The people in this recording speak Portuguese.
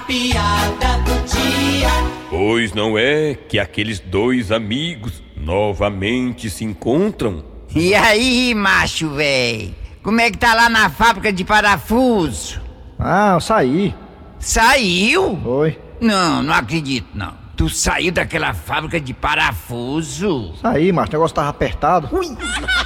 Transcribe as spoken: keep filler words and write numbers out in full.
piada do dia. Pois não é que aqueles dois amigos novamente se encontram? E aí, macho, véi? Como é que tá lá na fábrica de parafuso? Ah, eu saí. Saiu? Foi. Não, não acredito, não. Tu saiu daquela fábrica de parafuso? Saí, macho. O negócio tava apertado. Ui.